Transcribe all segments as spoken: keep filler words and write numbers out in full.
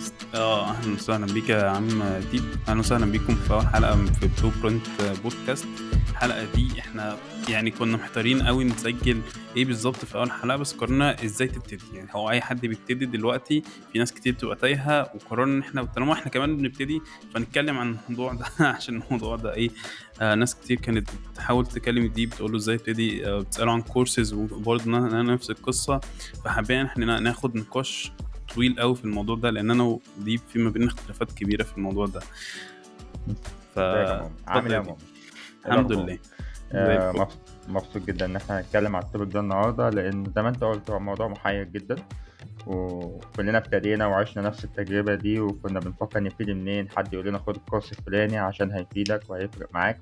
اه اهلا وسهلا بيك يا عم ديب. اهلا وسهلا بيكم في اول حلقه في بلو برنت بودكاست. الحلقه دي احنا يعني كنا محتارين قوي نسجل ايه بالظبط في اول حلقه، بس قررنا ازاي تبتدي. يعني هو اي حد بيبتدي دلوقتي، في ناس كتير بتبقى تايهه، وقررنا ان احنا طالما احنا كمان بنبتدي فنتكلم عن الموضوع ده عشان الموضوع ده ايه. آه ناس كتير كانت بتحاول تكلم ديب تقول له ازاي تبتدي، آه بتساله عن كورسز، وبرضه انا نفس القصه. فحابين احنا ناخد نقاش طويل قوي في الموضوع ده، لان انا وديب في ما بيننا اختلافات كبيره في الموضوع ده. ازيك يا ماما؟ عامل فاتفضل ايه يا يا ديب. ماما؟ ايه الحمد الاخبار؟ لله زي آه الفل. مبس- مبسوط جدا ان احنا هنتكلم على التوبيك ده النهارده، لان زي ما انت قلت هو موضوع محير جدا، وكلنا ابتدينا وعشنا نفس التجربه دي، وكنا بنفكر نبتدي منين. حد يقول لنا خد الكورس الفلاني عشان هيفيدك وهيفرق معاك،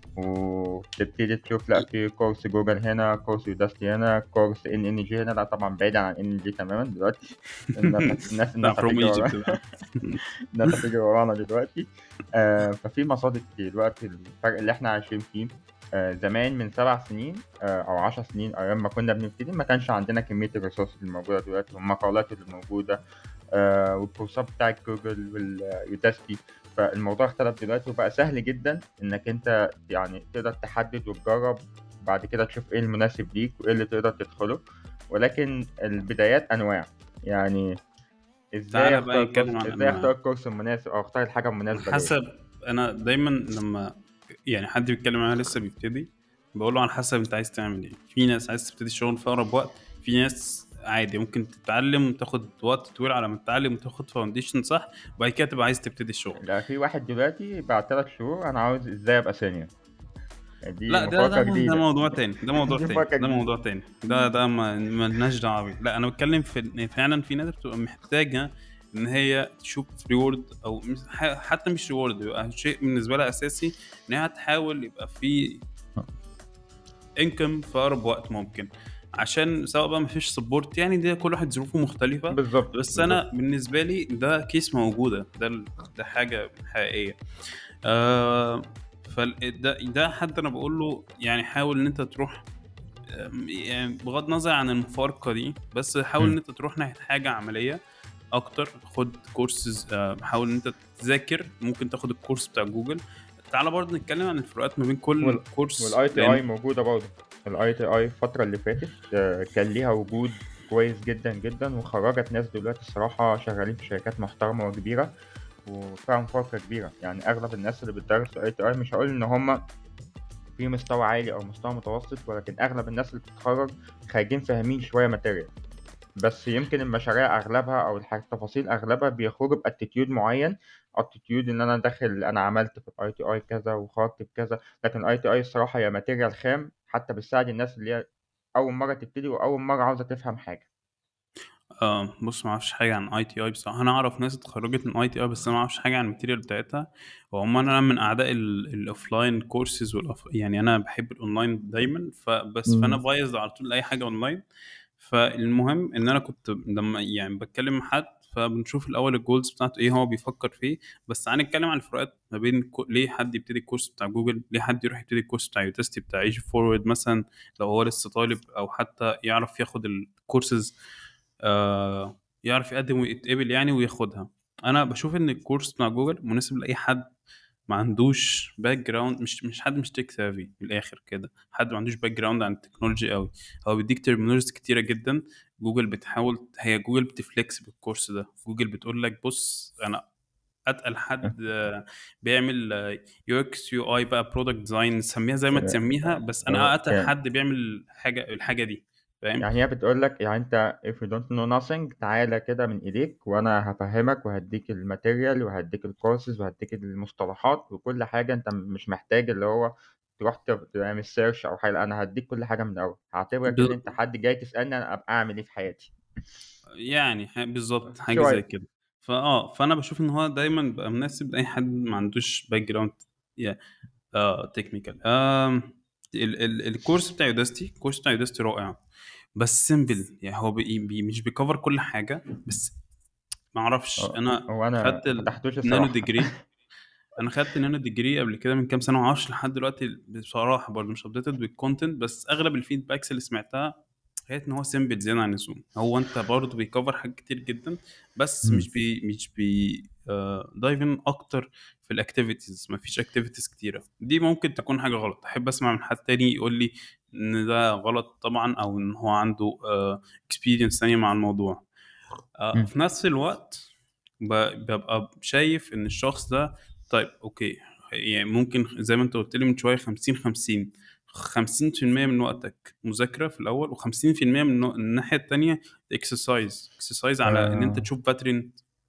وتبتدي تشوف لا في كورس جوجل هنا، كورس يوداستي هنا، كورس ان ان جي هنا. لا طبعا بعيدا عن ان جي تماما دلوقتي. الناس الناس بتاع الناس فروم هتيجي ورانا. ايجيبت ده. الناس هتيجي ورانا دلوقتي. آه ففي مصادر كتير دلوقتي. الفرق اللي احنا عايشين فيه، آه زمان من سبع سنين آه او عشر سنين ايام ما كنا بنبتدي، ما كانش عندنا كمية الريسورس اللي موجودة دلوقتي والمقالات اللي موجودة، آه والكورسات بتاعت جوجل واليوداستي. فالموضوع اختلف دلوقتي وبقى سهل جدا انك انت يعني تقدر تحدد وتجرب، بعد كده تشوف ايه المناسب ليك وايه اللي تقدر تدخله. ولكن البدايات انواع. يعني ازاي تعالى بقى اختار نتكلم كورس عن ازاي اختار انواع. الكورس المناسب او اختار الحاجة على المناسبة ليا. حسب. انا دايما لما يعني حد بيتكلم معايا لسه بيبتدي، بقول له على حسب انت عايز تعمل ايه. في ناس عايز تبتدي الشغل في اقرب وقت، في ناس عادي ممكن تتعلم وتاخد وقت طويل على ما تتعلم وتاخد فاونديشن صح، وبعد كده تبقى عايز تبتدي الشغل. لا، في واحد دلوقتي بعد ثلاث شهور انا عاوز ازاي ابقى سينيور. دي لا ده ده مفارقة ده جديدة. موضوع دي, تاني، ده موضوع دي تاني، مفارقة ده جديدة. موضوع تاني، ده ده ما ما لناش دعوه بيه. لا انا بتكلم في إن فعلا في ناس بتبقى محتاجه ان هي تشوف ريورد، او مش- ح- حتى مش ريورد، يبقى شيء بالنسبه لها اساسي ان هي تحاول يبقى في انكم في اقرب وقت ممكن، عشان سواء بقى مفيش سبورت. يعني ده كل واحد ظروفه مختلفه، بالظبط بس بالظبط. انا بالنسبه لي ده كيس موجوده، ده ال- ده حاجه حقيقيه. آه فال ده ده حد انا بقول له يعني حاول ان انت تروح، يعني بغض النظر عن المفارقة دي، بس حاول ان مم. انت تروح ناحية حاجة عملية اكتر. خد كورسز، حاول ان انت تذاكر، ممكن تاخد الكورس بتاع جوجل. تعال برضه نتكلم عن الفروقات ما بين كل وال كورس، والاي تي اي لان موجودة برضه. الاي تي اي الفترة اللي فاتت آه، كان ليها وجود كويس جدا جدا، وخرجت ناس دلوقتي الصراحة شغالين في شركات محترمة وكبيرة، وفيها مفارقة كبيرة. يعني أغلب الناس اللي بتدرس اي تي اي مش هقول إن هم في مستوى عالي أو مستوى متوسط، ولكن أغلب الناس اللي بتتخرج خارجين فاهمين شوية ماتيريال. بس يمكن المشاريع أغلبها أو الح- التفاصيل أغلبها بيخرجوا باتيتيود معين. اتيتيود إن أنا داخل أنا عملت في الاي تي اي كذا وخرجت بكذا. لكن الاي تي اي الصراحة هي ماتيريال خام، حتى بتساعد الناس اللي هي أول مرة تبتدي وأول مرة عاوزة تفهم حاجة. آه بص، ما اعرفش حاجه عن اي تي اي بصراحه. انا اعرف ناس اتخرجت من اي تي اي، بس انا ما اعرفش حاجه عن الماتيريال بتاعتها. وعموما انا من اعداء الاوفلاين كورسز والأف... يعني انا بحب الاونلاين دايما، فبس فانا مم. بايظ على طول اي حاجه اونلاين. فالمهم ان انا كنت لما يعني بتكلم مع حد، فبنشوف الاول الجولز بتاعته ايه، هو بيفكر فيه. بس تعالى نتكلم عن الفروقات ما بين كو... ليه حد يبتدي الكورس بتاع جوجل، ليه حد يروح يبتدي الكورس بتاع يوتستي بتاع ايجي فورورد مثلا، لو هو لسه طالب، او حتى يعرف ياخد الكورسز، آه يعرف يقدم ويتقبل يعني وياخدها. انا بشوف ان الكورس بتاع جوجل مناسب لاي حد ما عندوش باك جراوند، مش مش حد مش تك سافي من الاخر كده، حد ما عندوش باك جراوند عن التكنولوجي قوي. هو بيديك ترمينولوجيز كتيره جدا. جوجل بتحاول، هي جوجل بتفليكس بالكورس ده. جوجل بتقول لك بص انا اتقل حد آه، بيعمل يو اكس يو اي بقى، برودكت ديزاين، سميها زي ما تسميها، بس انا اتقل أوكي. حد بيعمل حاجه الحاجه دي، فاهم؟ يعني هي بتقول لك يعني انت if you don't know nothing تعالى كده من ايديك وانا هفهمك وهديك الماتيريال وهديك الكورسز وهديك المصطلحات وكل حاجة. انت مش محتاج اللي هو تروح ت- تعمل سيرش او حاجة. انا هديك كل حاجة من الاول، هعتبرك ان انت حد جاي تسألني انا ابقى اعمل ايه في حياتي. يعني ح- بالظبط حاجه زي شوية. كده. فاه فانا بشوف ان هو دايما بقى مناسب لاي حد ما عندوش باك جراوند يا اه تكنيكال. آم ال ال الكورس بتاع يوداستي، الكورس بتاع يوداستي رائع، بس سيمبل. يعني هو بي بي مش بيكفر كل حاجه، بس ما اعرفش. اه، انا هو انا خدت ما فتحتوش النانو الصراحة. ديجري. انا خدت النانو ديجري قبل كده من كام سنه، ما اعرفش لحد دلوقتي بصراحه برضه مش ابديتد بالكونتنت، بس اغلب الفيدباكس اللي سمعتها حكايه ان هو سيمبل زياده عن اللزوم. هو انت برضه بيكفر حاجات كتير جدا، بس مم. مش بي مش بي دايفن اكتر في الاكتيفيتيز. مفيش اكتيفيتيز كتيره، دي ممكن تكون حاجه غلط. احب اسمع من حد تاني يقول لي ان ده غلط طبعا، او ان هو عنده اكسبيرينس ثانيه مع الموضوع. آه، مم. في نفس الوقت ب- ببقى شايف ان الشخص ده، طيب اوكي، يعني ممكن زي ما انت قلت لي من شويه خمسين خمسين، خمسين في المية من وقتك مذاكره في الاول، وخمسين في المية من الناحيه التانيه اكسرسايز اكسرسايز على ان انت آه، تشوف باترن.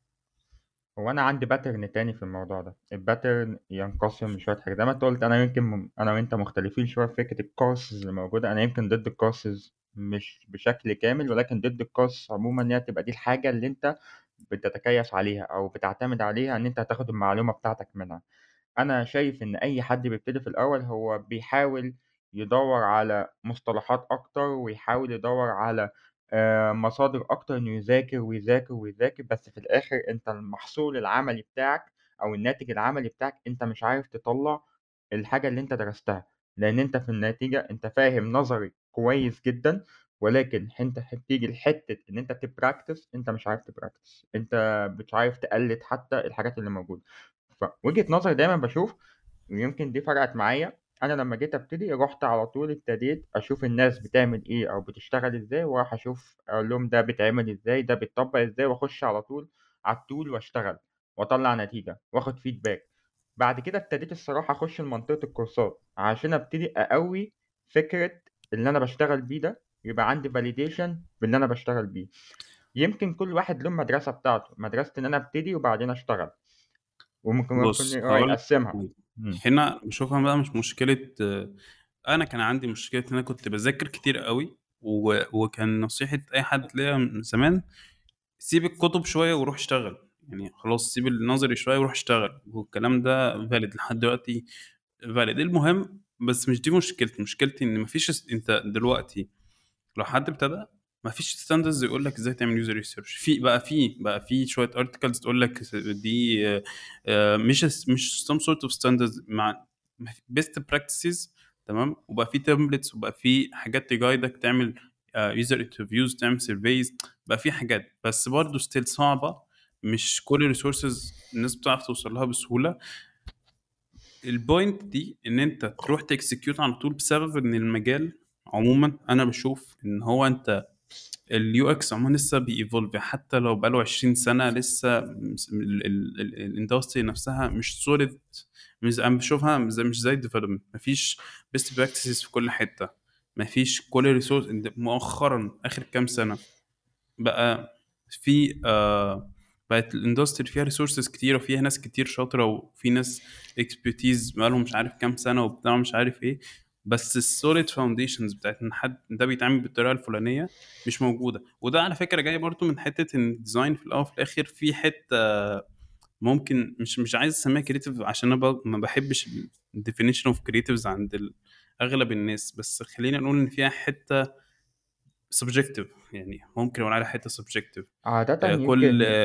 هو انا عندي باترن تاني في الموضوع ده. الباترن ينقسم لشويه حاجات زي ما انت قلت. انا يمكن م... انا وانت مختلفين شويه في فكره الكورسز اللي موجوده. انا يمكن ضد الكورسز مش بشكل كامل، ولكن ضد الكورس عموما ان هي تبقى دي الحاجه اللي انت بتتكيس عليها او بتعتمد عليها ان انت هتاخد المعلومه بتاعتك منها. أنا شايف إن أي حد بيبتدي في الأول هو بيحاول يدور على مصطلحات أكتر، ويحاول يدور على آه، مصادر أكتر، إنه يذاكر ويذاكر ويذاكر. بس في الآخر أنت المحصول العملي بتاعك أو الناتج العملي بتاعك أنت مش عارف تطلع الحاجة اللي أنت درستها. لأن أنت في النتيجة أنت فاهم نظري كويس جدا، ولكن أنت بتيجي لحتة إن أنت تبراكتس، أنت مش عارف تبراكتس. أنت مش عارف تقلد حتى الحاجات اللي موجودة. فوجهة نظري دايما بشوف، ويمكن دي فرقت معايا. انا لما جيت ابتدي رحت على طول ابتديت اشوف الناس بتعمل ايه او بتشتغل ازاي، واروح اشوف اقول لهم ده بيتعمل ازاي، ده بيتطبق ازاي، واخش على طول على التول واشتغل واطلع نتيجة واخد فيدباك. بعد كده ابتديت الصراحة اخش لمنطقة الكورسات عشان ابتدي اقوي فكرة اللي انا بشتغل بيه ده، يبقى عندي فاليديشن باللي انا بشتغل بيه. يمكن كل واحد له المدرسة بتاعته، مدرسة ان انا ابتدي وبعدين اشتغل، وممكن ممكن بص اه هقول يقسمها. مم. هنا بشوفها بقى مش مشكله. آه، انا كان عندي مشكله ان انا كنت بذاكر كتير قوي، و... وكان نصيحه اي حد ليا من زمان: سيب الكتب شويه وروح اشتغل. يعني خلاص سيب النظري شويه وروح اشتغل. والكلام ده فاليد لحد دلوقتي، فاليد. المهم بس مش دي مشكلتي. مشكلتي ان مفيش است... انت دلوقتي لو حد ابتدى، مفيش ستاندرز يقول لك ازاي تعمل يوزر ريسيرش. في بقى في بقى في شويه ارتكلز تقول لك دي آه، آه، مش مش some sort of standards مع best practices. تمام. وبقى في تمبلتس، وبقى في حاجات تجايدك تعمل يوزر انترفيوز، تعمل سيرفيز. بقى في حاجات، بس برضه ستيل صعبه. مش كل الريسورسز الناس بتعرف توصل لها بسهوله. البوينت دي ان انت تروح تكسكيوت على طول، بسبب ان المجال عموما انا بشوف ان هو انت اليو اكس عموما لسه بييفولف. حتى لو بقاله عشرين سنه لسه الاندستري نفسها مش سوليد. مش انا بشوفها مش زي مش زي الديفلوبمنت. مفيش بيست براكتسز في كل حته. مفيش كل ريسورس. مؤخرا اخر كام سنه بقى في آه بقت الاندستري فيها ريسورسز كتير، وفيها ناس كتير شاطره، وفي ناس اكسبرتيز بقالهم مش عارف كام سنه وبتاع مش عارف ايه. بس السوليد فاونديشنز بتاعت ان حد ده بيتعمل بالطريقه الفلانيه مش موجوده. وده على فكره جاي برضو من حته ان الديزاين في الاول وفي الاخر في حته ممكن مش مش عايز اسميها كريتيف، عشان انا ب- ما بحبش الديفينيشن اوف كريتيفز عند ال- اغلب الناس. بس خلينا نقول ان فيها حته سبجكتيف. يعني ممكن اقول عليها حته سبجكتيف. عادة كل يمكن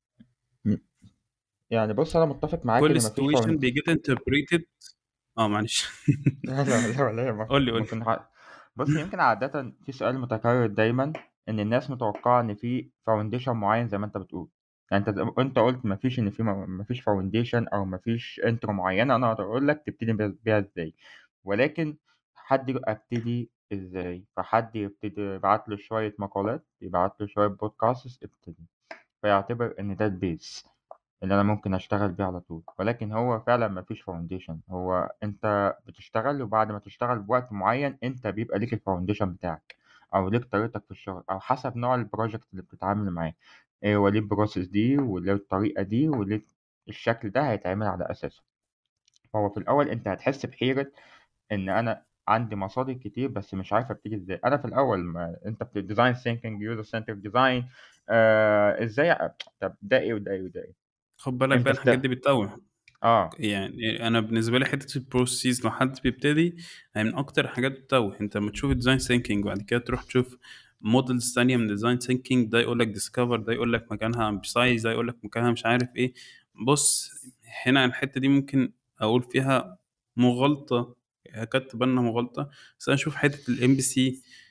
يعني بص أنا متفق معاك كل إن مفيش سيتويشن فاوند. بيجيت انتربريتد. اه معلش. لا لا لا ولا يهمك. قول لي قول لي. ممكن ح... بص يمكن عادة في سؤال متكرر دايما، إن الناس متوقعة إن في فاونديشن معين زي ما أنت بتقول. يعني أنت أنت قلت مفيش، إن في م- مفيش فاونديشن أو مفيش انترو معينة أنا أقدر أقول لك تبتدي بيها بيها إزاي. ولكن حد يقول أبتدي إزاي، فحد يبتدي يبعت له شوية مقالات، يبعت له شوية بودكاست ابتدي، فيعتبر إن ده البيز اللي أنا ممكن أشتغل بيه على طول. ولكن هو فعلا مفيش فاونديشن. هو أنت بتشتغل، وبعد ما تشتغل بوقت معين أنت بيبقى ليك الفاونديشن بتاعك، أو ليك طريقتك في الشغل، أو حسب نوع البروجكت اللي بتتعامل معاه. إيه هو ليه البروسيس دي، وليه الطريقة دي، وليه الشكل ده هيتعمل على أساسه. فهو في الأول أنت هتحس بحيرة إن أنا عندي مصادر كتير بس مش عارف ابتدي ازاي. انا في الاول ما انت بت ديزاين ثينكينج يوزر سنتر ديزاين، آه ازاي أ- طب ده ايه وده ايه وده ايه، خد بالك امتى بقى الحاجات است دي بتتوه. اه. يعني انا بالنسبه لي حته البروسيس لو حد بيبتدي، هي من اكتر حاجات بتتوه. انت لما تشوف الديزاين ثينكينج وبعد كده تروح تشوف مودلز ثانيه من الديزاين ثينكينج، ده يقول لك ديسكفر، ده يقول لك مكانها امبسايز، ده يقول لك مكانها مش عارف ايه. بص، هنا الحته دي ممكن اقول فيها مغالطه، كانت تبان انها مغالطه. بس انا اشوف حته الام بي سي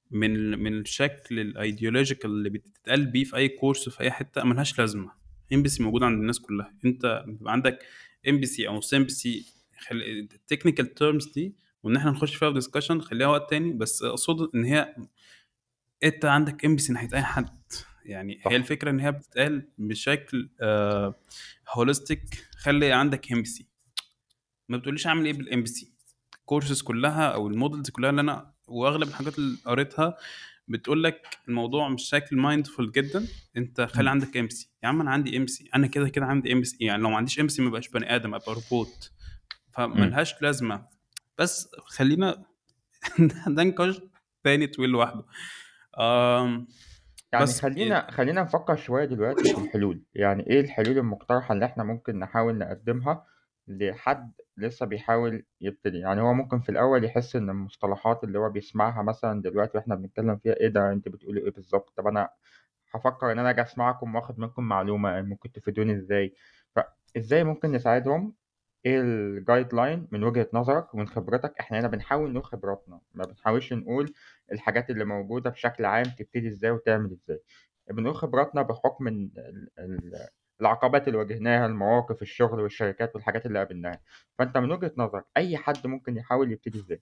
من من الشكل الايديولوجيكال اللي بتتقال بيه في اي كورس في اي حته ملهاش لازمه. ام بي سي موجود عند الناس كلها، انت بيبقى عندك ام بي سي او سي ام بي سي. التكنيكال تيرمز دي وان احنا نخش فيها ديسكشن خليها وقت تاني، بس اقصد ان هي انت عندك ام بي سي ناحيه اي حد. يعني هي صح. الفكره ان هي بتتقال بشكل آه هوليستيك. خلي عندك ام بي سي، ما بتقوليش اعمل ايه بالام بي سي. الكورسز كلها او المودلز كلها اللي انا واغلب الحاجات اللي قريتها بتقول لك الموضوع مش شكل مايندفول جدا. انت خلي مم. عندك ام سي. يا عم انا عندي ام سي، انا كده كده عندي ام سي، يعني لو ما عنديش ام سي ما بقاش بني ادم، ابقى روبوت. مم. فملهاش لازمه. بس خلينا ده نقاش تاني طويل لوحده. آم يعني بس خلينا خلينا نفكر شوية دلوقتي في الحلول. يعني إيه الحلول المقترحة اللي إحنا ممكن نحاول نقدمها لحد لسه بيحاول يبتدي؟ يعني هو ممكن في الأول يحس إن المصطلحات اللي هو بيسمعها مثلا دلوقتي وإحنا بنتكلم فيها، إيه ده أنت بتقولي إيه بالظبط؟ طب أنا هفكر إن أنا أجي أسمعكم وآخد منكم معلومة، ممكن تفيدوني إزاي؟ فإزاي ممكن نساعدهم؟ ايه الجايد لاين من وجهة نظرك ومن خبرتك؟ احنا هنا بنحاول نقول خبراتنا، ما بنحاولش نقول الحاجات اللي موجودة بشكل عام تبتدي ازاي وتعمل ازاي. بنقول خبراتنا بحكم ال- ال- ال- العقبات اللي واجهناها، المواقف، الشغل والشركات والحاجات اللي قابلناها. فانت من وجهة نظرك اي حد ممكن يحاول يبتدي ازاي؟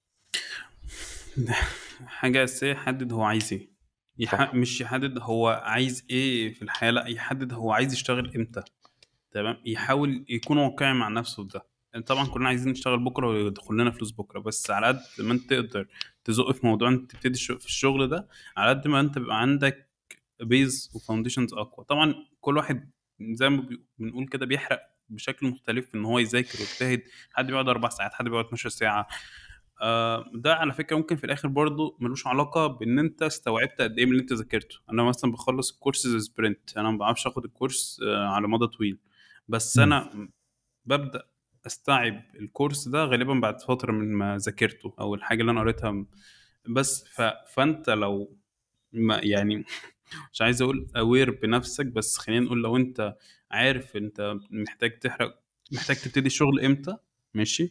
حاجه اساسيه، يحدد هو عايز ايه. يح... صح. مش يحدد هو عايز ايه في الحياه، لا يحدد هو عايز يشتغل امتى. تمام، يحاول يكون واقعي مع نفسه في ده. يعني طبعا كلنا عايزين نشتغل بكره ويدخل لنا فلوس بكره، بس على قد ما انت تقدر تزق في موضوع انت تبتدي الش- في الشغل ده، على قد ما انت بيبقى عندك بيز وفاونديشنز اقوى. طبعا كل واحد زي ما بي- بنقول كده بيحرق بشكل مختلف في ان هو يذاكر ويجتهد. حد بيقعد اربع ساعات، حد بيقعد اتناشر ساعه. آه ده على فكره ممكن في الاخر برضه ملوش علاقه بان انت استوعبت قد ايه من اللي انت ذاكرته. انا مثلا بخلص الكورسز سبرنت، انا ما بعرفش اخد الكورس آه على مدى طويل، بس مم. انا ببدا استوعب الكورس ده غالبا بعد فتره من ما ذاكرته او الحاجه اللي انا قريتها. بس ف... فانت لو ما يعني مش عايز اقول اوير بنفسك، بس خلينا نقول لو انت عارف انت محتاج تحرق، محتاج تبتدي الشغل امتى، ماشي.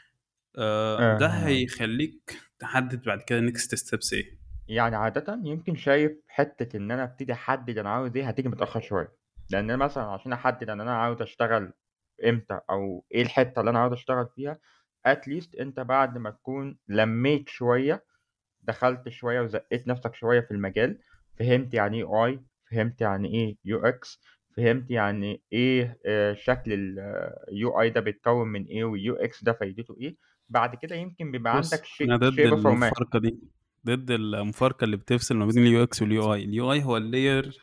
آه ده آه هيخليك تحدد بعد كده نيكست ستيبس ايه. يعني عادة يمكن شايف حتة إن أنا أبتدي أحدد أنا عاوز إيه هتيجي متأخر شوية. لأن أنا مثلا عشان أحدد إن أنا عاوز أشتغل إمتى أو إيه الحتة اللي أنا عاوز أشتغل فيها، أتليست أنت بعد ما تكون لميت شوية، دخلت شوية وزقيت نفسك شوية في المجال، فهمت يعني إيه أي، فهمت يعني إيه يو إكس، فهمت يعني إيه آه، شكل اليو أي ده بيتكون من إيه واليو إكس ده فايدته إيه. بعد كده يمكن بيبقى عندك بص انا شيء ضد شيبة فورمات. المفارقه دي، ضد المفارقه اللي بتفصل ما بين اليو اكس واليو اي. اليو اي هو اللاير،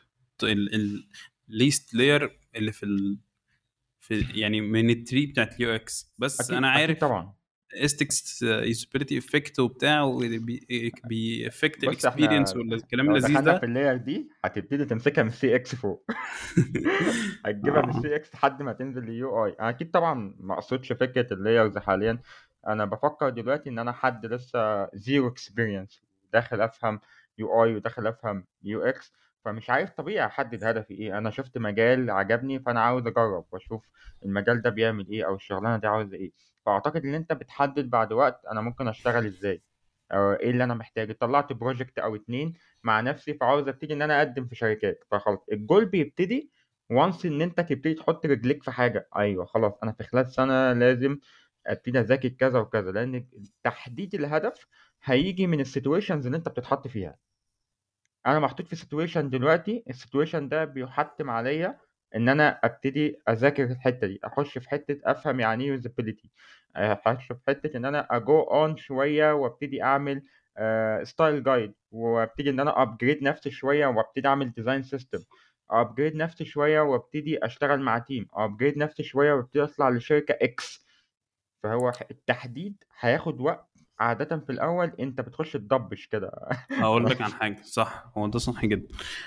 الليست لاير اللي في ال... في يعني من التري بتاعت اليو اكس. بس انا أكيد أكيد عارف طبعا. استكس يوزابيلتي افكت وبتاع، وبيأفكت بص احنا الاكسبيرينس والكلام لو اللذيذ دخلنا في ده. اللاير دي هتبتدي تمسكها من السي اكس فوق. هتجيبها من اه السي اكس لحد ما تنزل لليو اي. انا اكيد طبعا ما اقصدش فكره اللايرز حاليا. انا بفكر دلوقتي ان انا حد لسه زيرو اكسبيرينس داخل افهم يو اي وداخل افهم يو اكس، فمش عارف طبيعي احدد هدفي ايه. انا شفت مجال عجبني فانا عاوز اجرب واشوف المجال ده بيعمل ايه او الشغلانه دي عاوزه ايه. فاعتقد ان انت بتحدد بعد وقت انا ممكن اشتغل ازاي، أو ايه اللي انا محتاجه. طلعت بروجكت او اتنين مع نفسي فعاوز ابتدي ان انا اقدم في شركات، فخلاص الجول بيبتدي وانس ان انت تبتدي تحط رجليك في حاجه. ايوه خلاص انا في خلال سنه لازم ابتدي اذاكر كذا وكذا، لان تحديد الهدف هيجي من السيتويشنز اللي انت بتتحط فيها. انا محطوط في سيتويشن دلوقتي، السيتويشن ده بيحتم عليا ان انا ابتدي اذاكر الحته دي، اخش في حته افهم يعني ايه يوزابيلتي، اخش في حته ان انا اجو اون شويه وابتدي اعمل ستايل جايد، وابتدي ان انا ابجريد نفسي شويه وابتدي اعمل ديزاين سيستم، ابجريد نفسي شويه وابتدي اشتغل مع تيم، ابجريد نفسي شويه وابتدي اطلع لشركه اكس. فهو التحديد هياخد وقت. عادة في الأول أنت بتخش تضبش كده. هقول لك عن حاجه، صح هو ده صح جدا.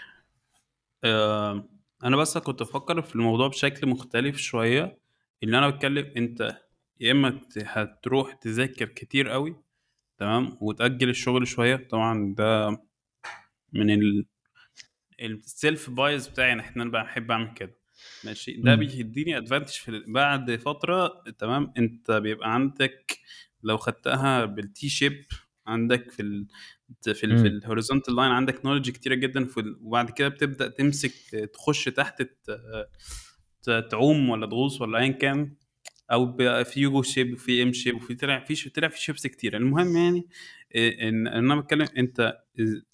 آه انا بس كنت افكر في الموضوع بشكل مختلف شويه. اللي انا بتكلم انت يا اما ت- هتروح تذاكر كتير قوي، تمام، وتأجل الشغل شويه. طبعا ده من السيلف بايز بتاعي، يعني احنا انا بحب اعمل كده، ماشي. ده مم. بيديني ادفانتج في ال- بعد فتره، تمام. انت بيبقى عندك لو خدتها بالتي شيب، عندك في في ال في امم الهوريزونتال لاين عندك نولج كتيره جدا في ال... وبعد كده بتبدا تمسك تخش تحت ت... ت- تعوم ولا تغوص ولا ايا كان، او بقى في يوجو شيب وفي ام شيب وفي طلع في ش- طلع في شيبس كتير. المهم يعني إيه، ان إن انا بتكلم انت إز-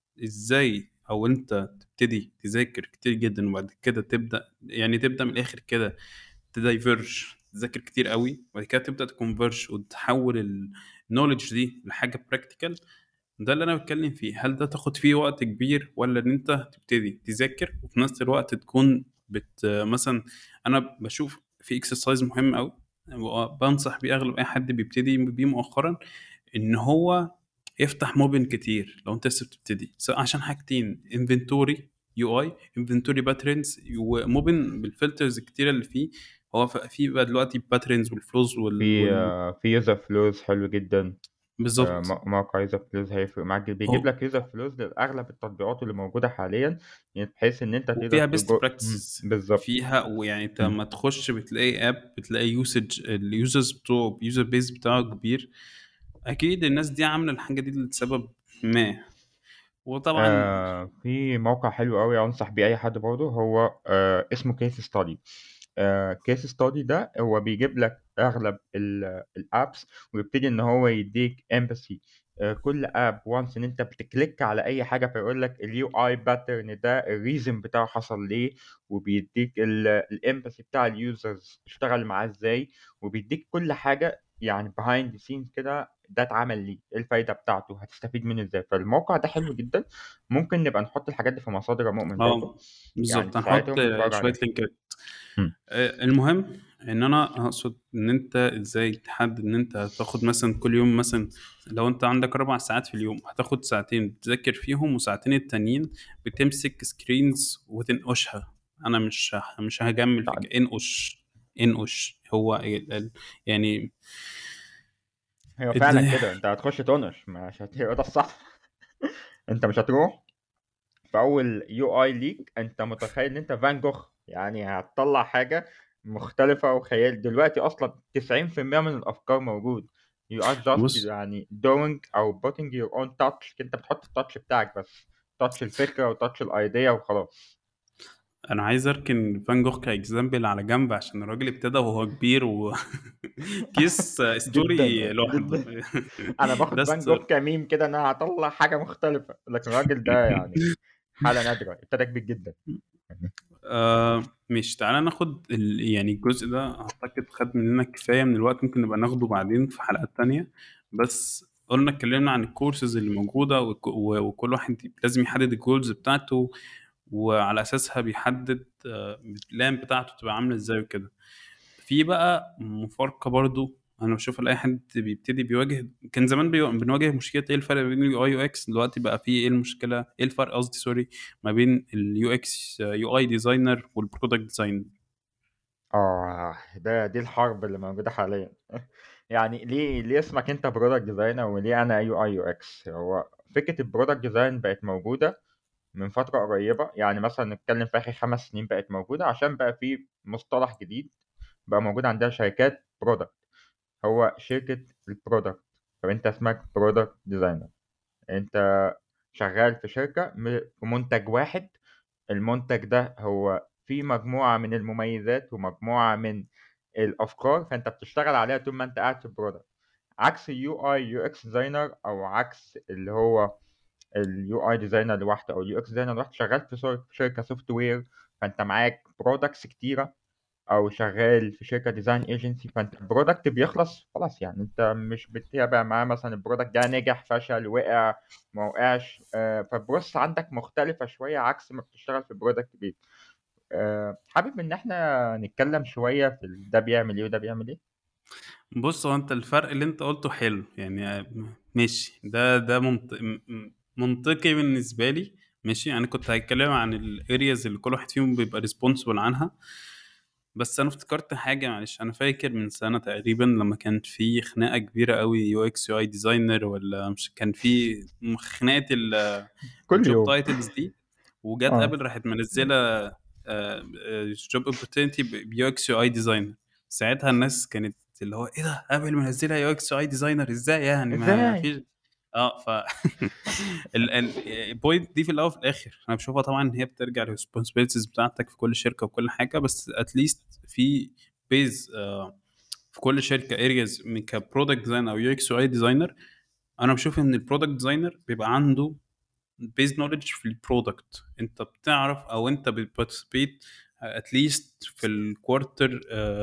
ازاي او انت تبتدي تذاكر كتير جدا وبعد كده تبدا، يعني تبدا من الاخر كده تدايفرج، تذاكر كتير قوي وبعد كده تبدا تكونفرج وتحول النولج دي لحاجه براكتيكال. ده اللي انا بتكلم فيه، هل ده تاخد فيه وقت كبير ولا ان انت تبتدي تذاكر وفي نفس الوقت تكون بت مثلا. انا بشوف في اكسرسايز مهم قوي بنصح بيه اغلب اي حد بيبتدي بيه مؤخرا، ان هو يفتح موبن كتير لو انت لسه بتبتدي، سواء عشان حاجتين: انفنتوري يو اي، انفنتوري باترنز، وموبن بالفلترز الكتيره اللي فيه. هو ف- في بقى دلوقتي باترنز والفلوز وال, في وال... آه، في يوزر فلوز حلو جدا. آه، بالظبط. مو- موقع يوزر فلوز هيفرق معاك، بيجيب هو لك يوزر فلوز لأغلب التطبيقات اللي موجودة حاليا، يعني بحيث إن أنت تقدر وفيها بيست تجو. مم، براكتس بالظبط. فيها، ويعني انت مم. لما تخش بتلاقي اب، بتلاقي يوسج اليوزرز بتوعه، اليوزر بيز بتاعه كبير. اكيد الناس دي عامله الحاجه دي لسبب ما. وطبعا آه في موقع حلو قوي أنصح بيه أي حد برضه، هو آه اسمه كيس ستادي. كيس ستادي ده هو بيجيب لك أغلب الأبس، ويبتدي إن هو يديك امباثي. كل اب وانس ان انت بتكليك على اي حاجه فيقول لك اليو اي باترن ده الريزن بتاعه حصل ليه، وبيديك الامباثي بتاع اليوزرز اشتغل معاه ازاي، وبيديك كل حاجه يعني behind the scenes كده، ده اتعمل ليه، ايه الفايده بتاعته، هتستفيد منه ازاي. فالموقع ده حلو جدا، ممكن نبقى نحط الحاجات دي في مصادر يا مؤمن برضه، اه يعني بالظبط هنحط تساعدهم آه، يتفرج شويه عليها. لينكات. مم. آه، المهم ان انا اقصد ان انت ازاي تحدد ان انت هتاخد مثلا كل يوم، مثلا لو انت عندك اربع ساعات في اليوم هتاخد ساعتين بتذاكر فيهم وساعتين التانيين بتمسك سكرينز وتنقشها. انا مش ه- مش هجمل طيب، فيك، انقش انقش هو ال- ال- يعني هو فعلا اد- كده انت هتخش طنش مش هتبقى ده الصح. انت مش هتروح في اول يو اي ليك انت متخيل ان انت فان جوخ، يعني هتطلع حاجه مختلفه وخيال. دلوقتي اصلا تسعين في المية من الافكار موجود، you are just بص يعني doing او putting your own touch، انت بتحط التاتش بتاعك بس، تاتش الفكره وتاتش الايديا وخلاص. انا عايز اركن فان جوخ كاكزامبل على جنب عشان الراجل ابتدى وهو كبير و كيس ستوري جدا لوحده. جدا. انا ده باخد فان جوخ كميم كده ان انا هطلع حاجه مختلفه، لكن الراجل ده يعني حاله نادره، ابتدى كبير جدا. آه مش تعالى ناخد ال... يعني الجزء ده اعتقد خد مننا كفاية من الوقت، ممكن نبقى ناخده بعدين في حلقات تانية. بس قلنا اتكلمنا عن الكورسز اللي موجودة وك... و... وكل واحد لازم يحدد الجولز بتاعته وعلى أساسها بيحدد آه، البلان بتاعته تبقى عاملة ازاي وكده. في بقى مفارقة برضو انا بشوف اي حد بيبتدي بيواجه، كان زمان بي... بنواجه مشكله ايه الفرق بين اليو اي يو اكس، دلوقتي بقى في ايه المشكله، ايه الفرق قصدي سوري، ما بين اليو اكس يو اي ديزاينر والبرودكت ديزاينر. اه ده دي الحرب اللي موجوده حاليا. يعني ليه ليه اسمك انت برودكت ديزاينر وليه انا يو اي يو اكس؟ هو فكره البرودكت ديزاين بقت موجوده من فتره قريبه، يعني مثلا نتكلم في اخر خمس سنين بقت موجوده عشان بقى في مصطلح جديد بقى موجود عندها شركات برودكت، هو شركه البرودكت. طب انت اسمك برودكت ديزاينر، انت شغال في شركه م- في منتج واحد، المنتج ده هو فيه مجموعة من المميزات ومجموعة من الأفكار، فأنت بتشتغل عليها طول ما أنت قاعد في البرودكت. عكس اليو اي يو اكس ديزاينر، أو عكس اللي هو اليو اي ديزاينر لوحده أو اليو اكس ديزاينر لوحده، شغال في سو- في شركة سوفت وير، فأنت معاك برودكتس كتيرة، أو شغال في شركة ديزاين ايجنسي، فأنت البرودكت بيخلص خلاص، يعني أنت مش بتتابع معاه مثلا البرودكت ده نجح فشل وقع ما وقعش. آه، فالبروسس عندك مختلفة شوية عكس ما بتشتغل في برودكت بيت. آه، حابب ان احنا نتكلم شوية في ال- ده بيعمل ايه وده بيعمل ايه. بص هو انت الفرق اللي انت قلته حلو يعني، آه، ماشي، ده ده منط... م- م- منطقي بالنسبه لي. ماشي انا كنت هتكلم عن الارياز اللي كل واحد فيهم بيبقى ريسبونسبل عنها. بس انا افتكرت حاجه معلش، انا فاكر من سنه تقريبا لما كانت في خناقه كبيره قوي يو اكس يو اي ديزاينر، ولا مش كان في خناقه كل الجوب يوم. تايتلز دي، وجت اه ابل راحت منزله جوب اوبورتونيتي بيو اكس يو اي ديزاينر. ساعتها الناس كانت اللي هو ايه ده، ابل منزلها يو اكس يو اي ديزاينر ازاي يعني، ما ازاي؟ فيش اه ف البوينت دي في الاول وفي الاخر انا بشوفها طبعا ان هي بترجع للريسبونسبيلتيز بتاعتك في كل شركه وكل حاجه، بس اتليست في بيز في كل شركه ارياز كبرودكت ديزاين او يو اكس واي ديزاينر. انا بشوف ان البرودكت ديزاينر بيبقى عنده بيز نوليدج في البرودكت، انت بتعرف او انت بتبارتيسيبيت اتليست في الكوارتر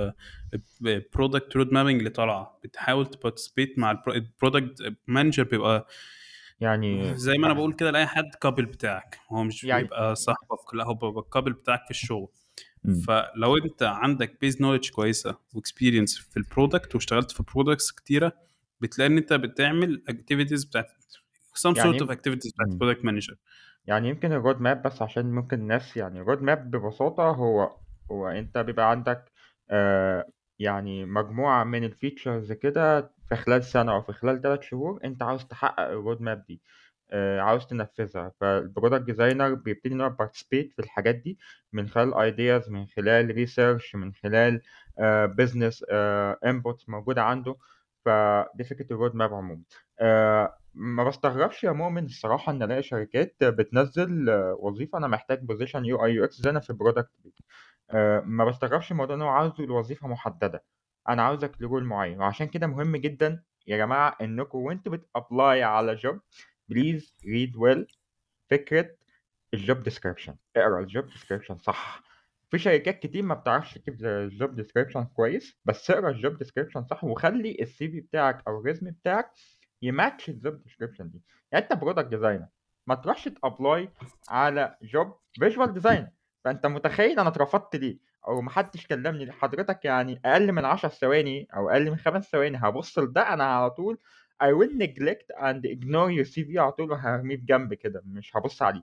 برودكت رود مابنج اللي طالعه، بتحاول تبارتيسيبيت مع البرودكت مانجر. بيبقى يعني زي ما انا بح... بقول كده لاي حد كابل بتاعك، هو مش يعني بيبقى صاحبك، لا هو بيبقى الكابل بتاعك في الشغل. مم. فلو انت عندك بيز نوليدج كويسه واكسبيرينس في البرودكت واشتغلت في برودكتس كتيره، بتلاقي ان انت بتعمل اكتيفيتيز بتاعت some sort of يعني activities بتاعت مم. product manager. يعني يمكن الرود ماب، بس عشان ممكن الناس، يعني الرود ماب ببساطة هو هو انت بيبقى عندك آه يعني مجموعة من الفيتشرز كده في خلال سنة او في خلال ثلاث شهور، انت عاوز تحقق الرود ماب دي، آه عاوز تنفذها. فالبرودكت ديزاينر بيبتدي ان هو بارتيسيبيت في الحاجات دي من خلال ايدياز، من خلال ريسيرش، من خلال بزنس انبوتس موجودة عنده. فدي فكرة الرود ماب عموما. آه ما بستغربش يا مؤمن الصراحة إن ألاقي شركات بتنزل آه، وظيفة أنا محتاج بوزيشن يو أي يو إكس زي أنا في برودكت. آه، ما بستغربش الموضوع إن هو عاوزه الوظيفة محددة، أنا عاوزك لرول معين. وعشان كده مهم جدا يا جماعة إنكم وأنتوا بتأبلاي على جوب، بليز ريد ويل فكرة الجوب ديسكريبشن. اقرا الجوب ديسكريبشن صح. في شركات كتير ما بتعرفش تكتب الجوب ديسكريبشن كويس، بس اقرا الجوب ديسكريبشن صح، وخلي السي في بتاعك او الريزمي بتاعك يماتش الجوب ديسكريبشن دي. يعني انت برودكت ديزاينر، ما تروحش تابلاي على جوب فيجوال ديزاينر. فانت متخيل انا اترفضت ليه او محدش كلمني حضرتك؟ يعني اقل من عشر ثواني او اقل من خمس ثواني هبص لده انا على طول I will neglect and ignore your سي في على طول، وهرميه بجنب كده مش هبص عليه.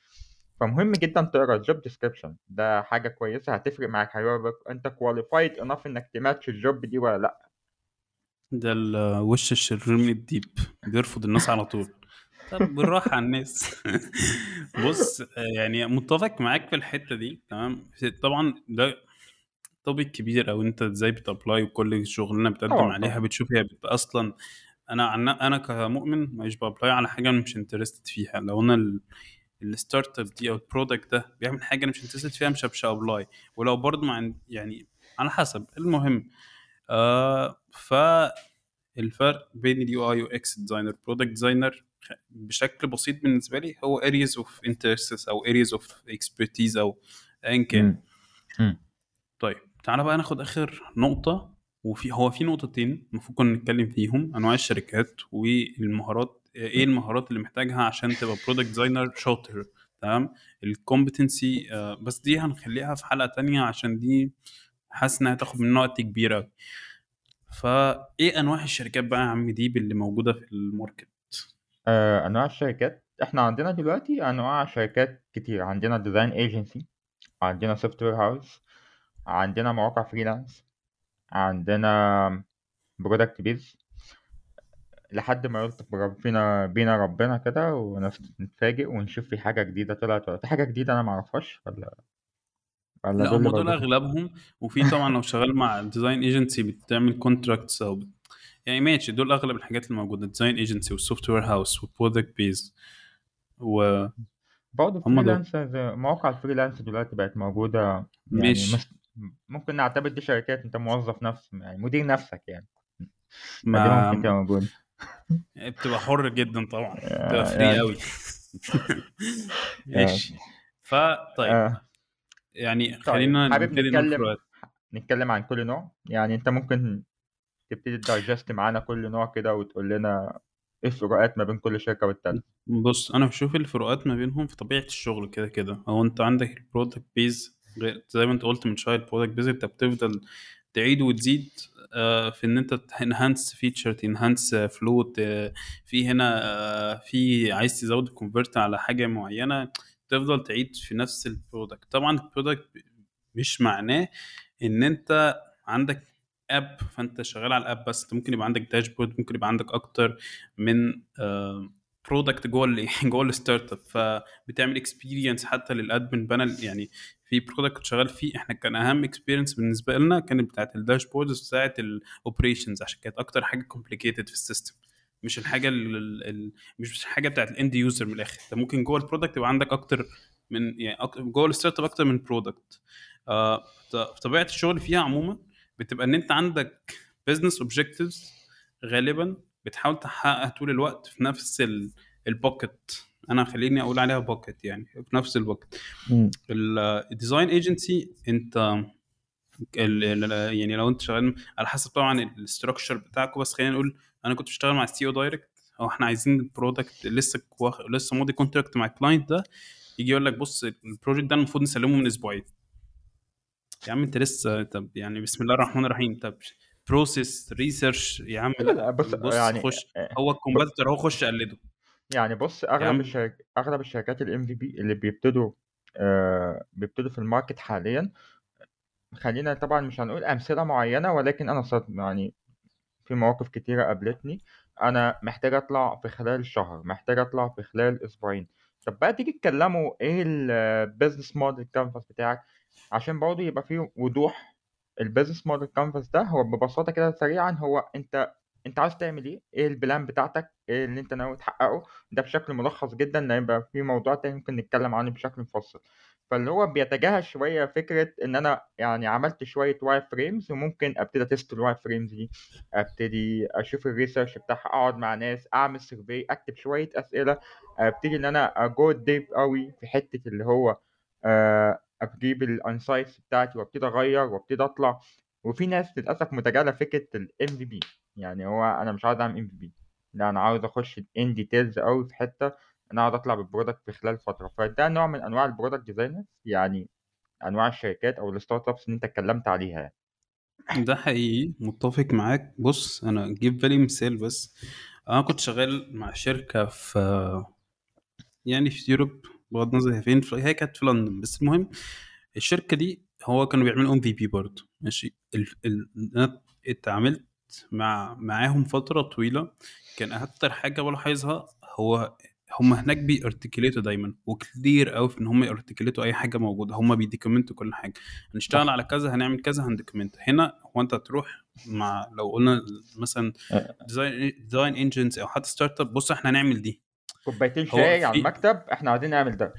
فمهم جدا تقرا الجوب ديسكريبشن، ده حاجه كويسه هتفرق معاك، هيعرفك انت كواليفايد انف انك تماتش الجوب دي ولا لا. ده الوش الشرير من الديب، بيرفض الناس على طول. طب بالراحة على الناس. بص، آه، يعني متفق معاك في الحتة دي تمام. طبعا ده توبيك كبير، او انت ازاي بتابلاي وكل شغلنا بتقدم طبعا عليها طبعا. بتشوف هي بت- اصلا. انا عن انا كمؤمن مش بابلاي على حاجه انا مش انترستد فيها. لو انا ال- الستارت اب دي او البرودكت ده بيعمل حاجه انا مش انترستد فيها، مش مش ابلاي. ولو برضه مع يعني على حسب المهم. آه فالفرق بين اليو اي يو اكس ديزاينر برودكت ديزاينر بشكل بسيط بالنسبه لي هو areas of interest او areas of expertise او ايا كان. امم. امم. طيب تعالى بقى ناخد اخر نقطة. وفي هو في نقطتين المفروض كنا نتكلم فيهم: انواع الشركات والمهارات. ايه المهارات اللي محتاجها عشان تبقى برودكت ديزاينر شاطر؟ تمام. الكومبتنسي بس دي هنخليها في حلقة تانية عشان دي حاسس انها هتاخد من وقت كبير أوي. فايه انواع الشركات بقى يا عم دي اللي موجودة في الماركت؟ آه انواع الشركات، احنا عندنا دلوقتي انواع شركات كتير. عندنا ديزاين ايجنسي، عندنا سوفت وير هاوس، عندنا مواقع فريلانس، عندنا برودكت بيز، لحد ما يلطف برب- فينا بينا ربنا كده ونتفاجئ ونشوف في حاجة جديدة طلعت، ولا في حاجة جديدة أنا معرفهاش، ولا ولا لا دول اللي هم دول موجودين. اغلبهم. وفي طبعا لو شغال مع ديزاين ايجنسي بتعمل كونتراكتس او بت... يعني ماشي، دول اغلب الحاجات اللي موجوده: ديزاين ايجنسي والسوفت وير هاوس والبرودكت بيز، وهم برضه دول. فريلانس، مواقع الفريلانس دلوقتي بقت موجودة. يعني مش مس... ممكن نعتبر دي شركات، انت موظف نفس، يعني مدير نفسك يعني. فدي ما ممكن تبقى موجودة. بتبقى حر جدا طبعا، بتبقى آه، فري يعني قوي. آه، ماشي. فطيب آه، يعني طيب خلينا حابب نبتدي نقول نتكلم فروقات. نتكلم عن كل نوع. يعني انت ممكن تبتدي تدايجست معانا كل نوع كده وتقول لنا ايه الفروقات ما بين كل شركة والتانية. بص انا بشوف الفروقات ما بينهم في طبيعه الشغل. كده كده هو انت عندك البرودكت بيز غير زي ما انت قلت من شويه. البرودكت بيز انت بتفضل تعيد وتزيد آه، في ان انت تنهانس فيتشر، تنهانس فلو. في هنا آه، في عايز تزود كونفرت على حاجه معينه، تفضل تعيد في نفس البرودكت. طبعا البرودكت مش معناه ان انت عندك اب فانت شغال على الاب بس. انت ممكن يبقى عندك داشبورد، ممكن يبقى عندك اكتر من برودكت جوه ال جوه الستارت اب، فبتعمل اكسبيرينس حتى للادمن بانل. يعني في برودكت كنت شغال فيه احنا كان اهم اكسبيرينس بالنسبه لنا كانت بتاعه الداشبوردز بتاعه الاوبريشنز، عشان كانت اكتر حاجه كومبليكيتد في السيستم. مش الحاجه ال... ال... ال- مش الحاجه بتاعت الاند يوزر من الاخر. انت ممكن جوه البرودكت يبقى عندك اكتر من يعني أك... جوه الستارت اب اكتر من برودكت. آه ط- طبيعه الشغل فيها عموما بتبقى ان انت عندك بزنس اوبجكتيفز غالبا بتحاول تحققها طول الوقت في نفس ال... البوكت. انا خليني اقول عليها بوكت، يعني في نفس البوكت. امم الديزاين ايجنسي انت ال- ال- يعني لو انت شغال على حسب طبعا الاستراكشر بتاعكم، بس خلينا نقول انا كنت بشتغل مع السي او دايركت. او احنا عايزين البرودكت لسه واخ... لسه ماضي كونتراكت مع الكلاينت ده، يجي يقول لك بص البروجكت ده المفروض نسلمه من اسبوعين. يا عم انت لسه، طب يعني بسم الله الرحمن الرحيم، طب بروسيس ريسيرش يا عم، لا لا لا بص بص يعني خش. آه، هو ب... الكومباتيتور، هو خش قلده. يعني بص يا اغلب عم الشركات اغلب الشركات الام في بي اللي بيبتدوا آه بيبتدوا في الماركت حاليا. خلينا طبعا مش هنقول امثله معينه، ولكن انا صد يعني في مواقف كتيره قابلتني. انا محتاج اطلع في خلال شهر، محتاج اطلع في خلال اسبوعين. طب بقى تيجي تتكلموا ايه البيزنس موديل كانفاس بتاعك، عشان برضه يبقى فيه وضوح. البيزنس موديل كانفاس ده هو ببساطه كده سريعا، هو انت انت عاوز تعمل ايه، ايه البلان بتاعتك، ايه اللي انت ناوي تحققه. ده بشكل ملخص جدا، لان يبقى في موضوع تاني ممكن نتكلم عنه بشكل مفصل. فاللي هو بيتجاهل شويه فكره ان انا يعني عملت شويه واير فريمز، وممكن ابتدي اتست الواير فريمز دي، ابتدي اشوف الريسيرش بتاعها، اقعد مع ناس، اعمل سيرفي، اكتب شويه اسئله، ابتدي ان انا اجو ديب قوي في حته اللي هو آه، اجيب الانسايتس بتاعتي، وابتدي اغير وابتدي اطلع. وفي ناس للاسف متجاهله فكره الام في بي. يعني هو انا مش عاوز اعمل ام في بي، لا انا عاوز اخش ان ديتيلز قوي في حته، انا اقعد اطلع بالبرودكت في خلال فتره. فده نوع من انواع البرودكت ديزاينرز، يعني انواع الشركات او الستارت ابس اللي انت اتكلمت عليها يعني. ده حقيقي متفق معاك. بص انا جيب بالي مثال بس. انا كنت شغال مع شركه في يعني في يوروب، بغض النظر هي فين، هي كانت في لندن، بس المهم الشركه دي هو كانوا بيعملوا ام في بي برضه ماشي. ال... ال... انا اتعاملت مع معاهم فتره طويله. كان اكتر حاجه بلاحظها هو هم هناك بيارتكليتوا دايما وكلير قوي في ان هم يارتكليتوا اي حاجه موجوده. هم بيديكومنتوا كل حاجه، هنشتغل صح. على كذا، هنعمل كذا، هندوكيمنت. هنا هو انت تروح مع لو قلنا مثلا آه، ديزاين ديزاين انجنز او حتى ستارت اب، بص احنا هنعمل دي. كوبايتين هو شاي على في المكتب، احنا عايزين نعمل ده.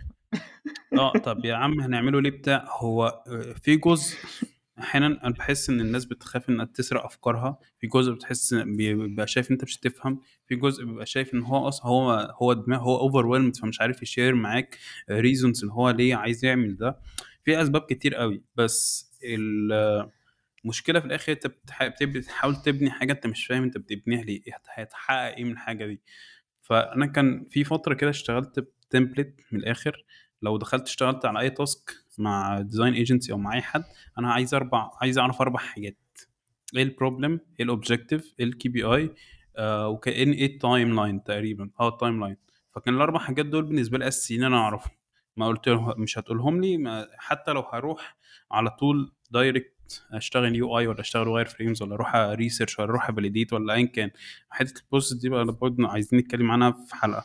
اه طب يا عم هنعمله ليه بتاع. هو آه، في جزء احيانا انا بحس ان الناس بتخاف انها تسرق افكارها. في جزء بتحس بيبقى شايف انت مش هتفهم. في جزء بيبقى شايف ان هو اصلا هو هو دماغ هو اوفر فمش عارف يشير معاك ريزونز اللي هو ليه عايز يعمل ده. في اسباب كتير قوي، بس المشكله في الاخر انت بتح- بتبدأ تحاول تبني حاجه انت مش فاهم انت بتبنيها ليه، إيه هتحقق ايه من الحاجه دي. فانا كان في فتره كده اشتغلت بتمبلت من الاخر. لو دخلت اشتغلت على اي تاسك مع ديزاين ايجنسي او مع اي حد، انا عايز اربع عايز اعرف اربع حاجات: ايه البروبلم، ايه الاوبجيكتيف، ايه الكي بي اي، وكأن ايه التايم لاين تقريبا، اه التايم لاين. فكان الاربع حاجات دول بالنسبه لي اساسيين انا اعرفهم. ما قلت له مش هتقولهم لي ما حتى لو هروح على طول دايركت اشتغل يو اي ولا اشتغل واير فريمز ولا اروح ريسيرش ولا اروح فاليديت ولا ايا كان. حته البروسيس دي بقى برضه عايزين نتكلم عنها في حلقه.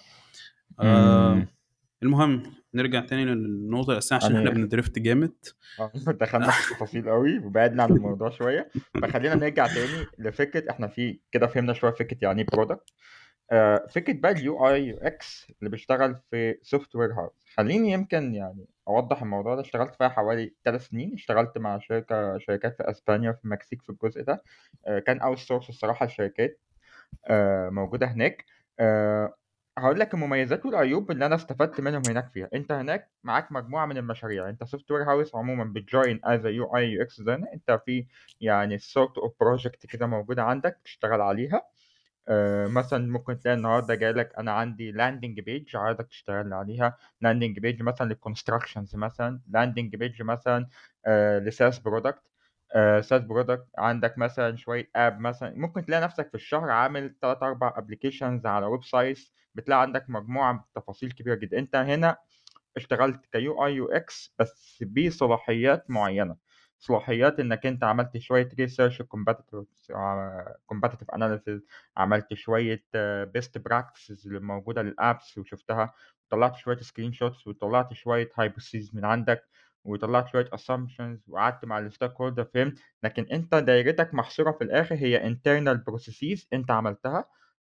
امم آه المهم نرجع تاني للنقطه الاساسيه عشان احنا يعني بندرفت جامد. آه، دخلنا في التفاصيل قوي وبعدنا عن الموضوع شويه. فخلينا نرجع تاني لفكره، احنا في كده فهمنا شويه فكره يعني ايه برودكت. آه، فكره بقى اليو اي يو اكس اللي بيشتغل في سوفت وير هاوس. خليني يمكن يعني اوضح الموضوع ده. اشتغلت فيها حوالي ثلاث سنين، اشتغلت مع شركه شركات في اسبانيا في المكسيك في الجزء ده. آه، كان اوت سورس الصراحه الشركات آه، موجودة هناك. آه، هقول لك المميزات والعيوب اللي انا استفدت منهم هناك. فيها انت هناك معاك مجموعه من المشاريع. انت سوفت وير هاوس عموما بتجوين از يو اي يو اكس ديزاينر. انت في يعني سورت اوف بروجكت كده موجوده عندك تشتغل عليها. آه، مثلا ممكن تلاقي النهارده جاي لك انا عندي لاندنج بيج عايزك تشتغل عليها. لاندنج بيج مثلا للكونستراكشنز، مثلا لاندنج بيج مثلا آه، لساس برودكت. ساس برودكت عندك مثلا شويه اب. مثلا ممكن تلاقي نفسك في الشهر عامل ثلاث اربع ابلكيشنز على ويب سايتس. بتلاقي عندك مجموعه من التفاصيل كبيره جدا. انت هنا اشتغلت كيو اي يو اكس بس بصلاحيات معينه. صلاحيات انك انت عملت شويه ريسيرش، كومباتيتيف كومباتيتيف اناليسيز، عملت شويه بيست براكتسز اللي موجوده للابس وشفتها، طلعت شويه سكرين شوتس، وطلعت شويه هايبوثيسز من عندك، وطلعت شويه assumptions، وقعدت مع الستيك هولدر فهمت. لكن انت دايرتك محصوره في الاخر هي internal processes انت عملتها.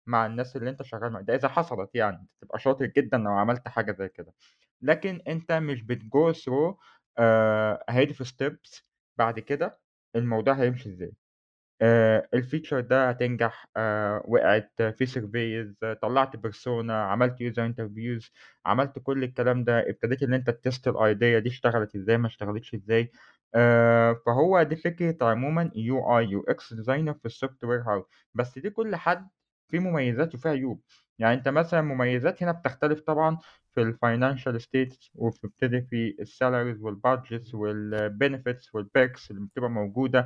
مع الناس اللي أنت شغال معاهم، ده إذا حصلت يعني، أنت تبقى شاطر جدًا لو عملت حاجة زي كده، لكن أنت مش بتgo through آآ ahead of steps بعد كده الموضوع هيمشي إزاي. آآ الfeature ده هتنجح، آآ وقعت في surveys، طلّعت persona، عملت user interviews، عملت كل الكلام ده، ابتديت إن أنت تtest الidea دي اشتغلت إزاي، ما اشتغلتش إزاي. آآ فهو دي فكرة عمومًا يو آي يو إكس designer في الsoftware house. بس دي كل حد فيه مميزات وفيه عيوب، يعني أنت مثلًا مميزات هنا بتختلف طبعًا في الfinancial status، وبتبتدي في الsalaries والbudgets والbenefits والperks اللي بتبقى موجودة.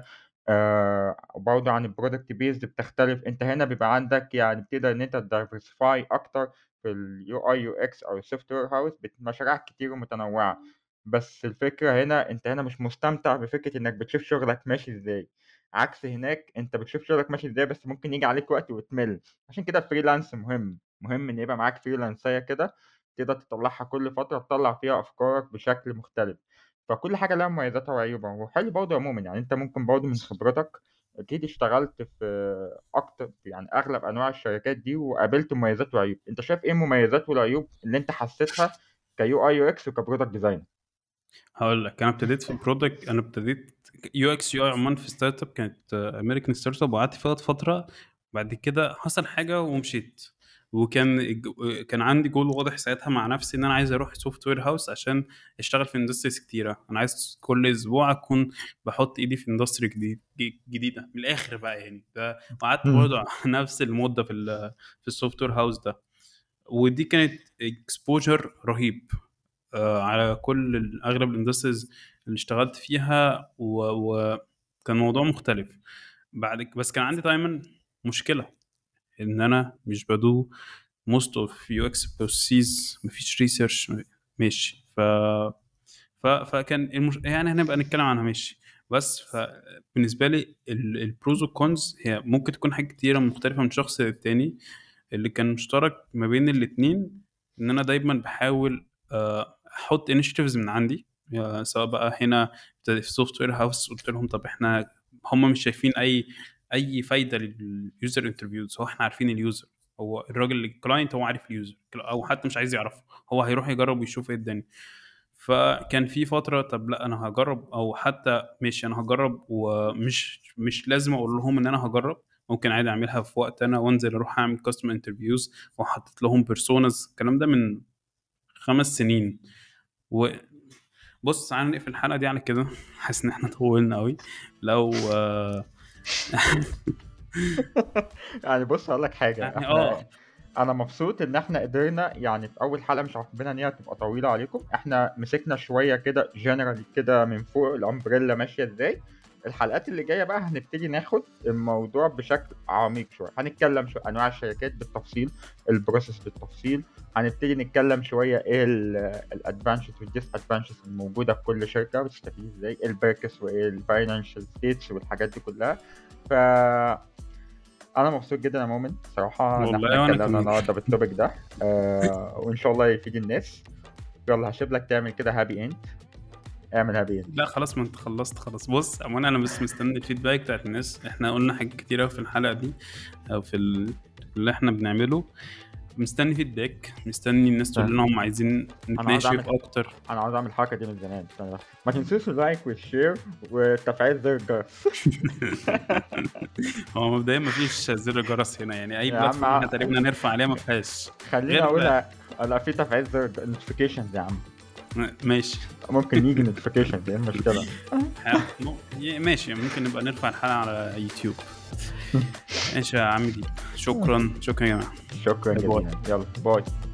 آآ وبرضه عن الproduct based بتختلف، أنت هنا بيبقى عندك يعني بتقدر إن أنت تdiversify أكتر في اليو آي يو إكس أو الsoftware house بت مشاريع كتير ومتنوعة. بس الفكرة هنا أنت هنا مش مستمتع بفكرة إنك بتشوف شغلك ماشي إزاي، عكس هناك أنت بتشوف شغلك ماشي إزاي بس ممكن ييجي عليك وقت وتمل. عشان كده الfreelance مهم، مهم إن يبقى معاك فريلانساية كده تقدر تطلّعها كل فترة تطلّع فيها أفكارك بشكل مختلف. فكل حاجة لها مميزاتها وعيوبها، وحلو برضه عمومًا، يعني أنت ممكن برضه من خبرتك أكيد اشتغلت في أكتر يعني أغلب أنواع الشركات دي وقابلت مميزات وعيوب. أنت شايف إيه المميزات والعيوب اللي أنت حسيتها كيو آي يو إكس وكproduct designer؟ هاقول لك، أنا ابتديت في product، أنا ابتديت يو إكس يو آي عمومًا في startup كانت American startup وقعدت فيها فترة، بعد كده حصل حاجة ومشيت. وكان الج كان عندي goal واضح ساعتها مع نفسي إن أنا عايز أروح software house عشان أشتغل في industries كتيرة، أنا عايز كل أسبوع أكون باحط إيدي في industry جديد ج جديدة من الآخر بقى يعني. ده وقعدت إمم. برضه نفس المدة في ال في الsoftware house ده، ودي كانت exposure رهيب آآ على كل ال أغلب الindustries اللي اشتغلت فيها، و وكان الموضوع مختلف. بعد ك بس كان عندي دايمًا مشكلة، إن أنا مش بado most of يو إكس processes، ما فيش research م ماشي. ف ف فكان المش يعني هنبقى نتكلم عنها ماشي. بس فبالنسبة لي ال الpros والcons هي ممكن تكون حاجات كتيرة مختلفة من شخص للتاني. اللي كان مشترك ما بين الاتنين إن أنا دايمًا باحاول آآ أحط initiatives من عندي، آآ سواء بقى هنا في software house قُلت لهم طب إحنا هم مش شايفين أي أي فايدة للuser interviews، هو إحنا عارفين الuser، هو الراجل الclient هو عارف الuser أو حتى مش عايز يعرفه، هو هيروح يجرب ويشوف إيه الدنيا. فكان في فترة طب لأ أنا هاجرّب، أو حتى ماشي أنا هاجرّب ومش مش لازم أقول لهم إن أنا هاجرّب، ممكن عادي أعملها في وقت أنا وأنزل أروح أعمل customer interviews وحطيت لهم personas. الكلام ده من خمس سنين. وبُص تعالَ نقفل الحلقة دي على كده حاسس إن إحنا طوّلنا أوي. لو يعني بُص هاقول لك حاجة، يعني إحنا آه. أنا مبسوط إن إحنا قدرنا يعني في أول حلقة مش حابين إن هي تبقى طويلة عليكم، إحنا مسكنا شوية كده generally كده من فوق الumbrella ماشية إزاي. الحلقات اللي جاية بقى هنبتدي ناخد الموضوع بشكل عميق شوية، هنتكلم شو أنواع الشركات بالتفصيل، الprocess بالتفصيل، هنبتدي نتكلم شوية إيه ال الadvantages والdisadvantages الموجودة في كل شركة بتستفيد إزاي، إيه الperks وإيه الfinancial states والحاجات دي كلها. ف أنا مبسوط جدًا يا مؤمن الصراحة إن إحنا والله وأنا اتكلمنا كمان. النهارده بالtopic ده، آآ وإن شاء الله يفيد الناس. يالّا هاسيب لك تعمل كده happy end، اعمل happy end. لأ خلاص، ما أنت خلّصت خلاص. بُص عمومًا أنا بس مستني الfeedback بتاعة الناس، إحنا قُلنا حاجات كتيرة أوي في الحلقة دي أو في ال اللي إحنا بنعمله. مستني feedback، مستني الناس تقول لنا هم عايزين أنا عاوز نتناقش إيه أعمل في أكتر. أنا عاوز أعمل الحركة دي من زمان، استنى بس. ما تنسوش اللايك والshare وتفعيل زر الجرس. هو مبدئيًا ما فيش زر جرس هنا، يعني أي يا عم platform إحنا ع تقريبًا هنرفع عليها ما فيهاش خلّيني غير. أقولها، لأ في تفعيل زر notifications يا عم، م ماشي. ممكن ييجي notifications إيه المشكلة؟ ح م ي ماشي، ممكن نبقى نرفع الحلقة على يوتيوب. ماشي يا عم ديب، شكرًا، شكرًا يا جماعة. شكرًا باي باي. جزيلًا، يالّا باي.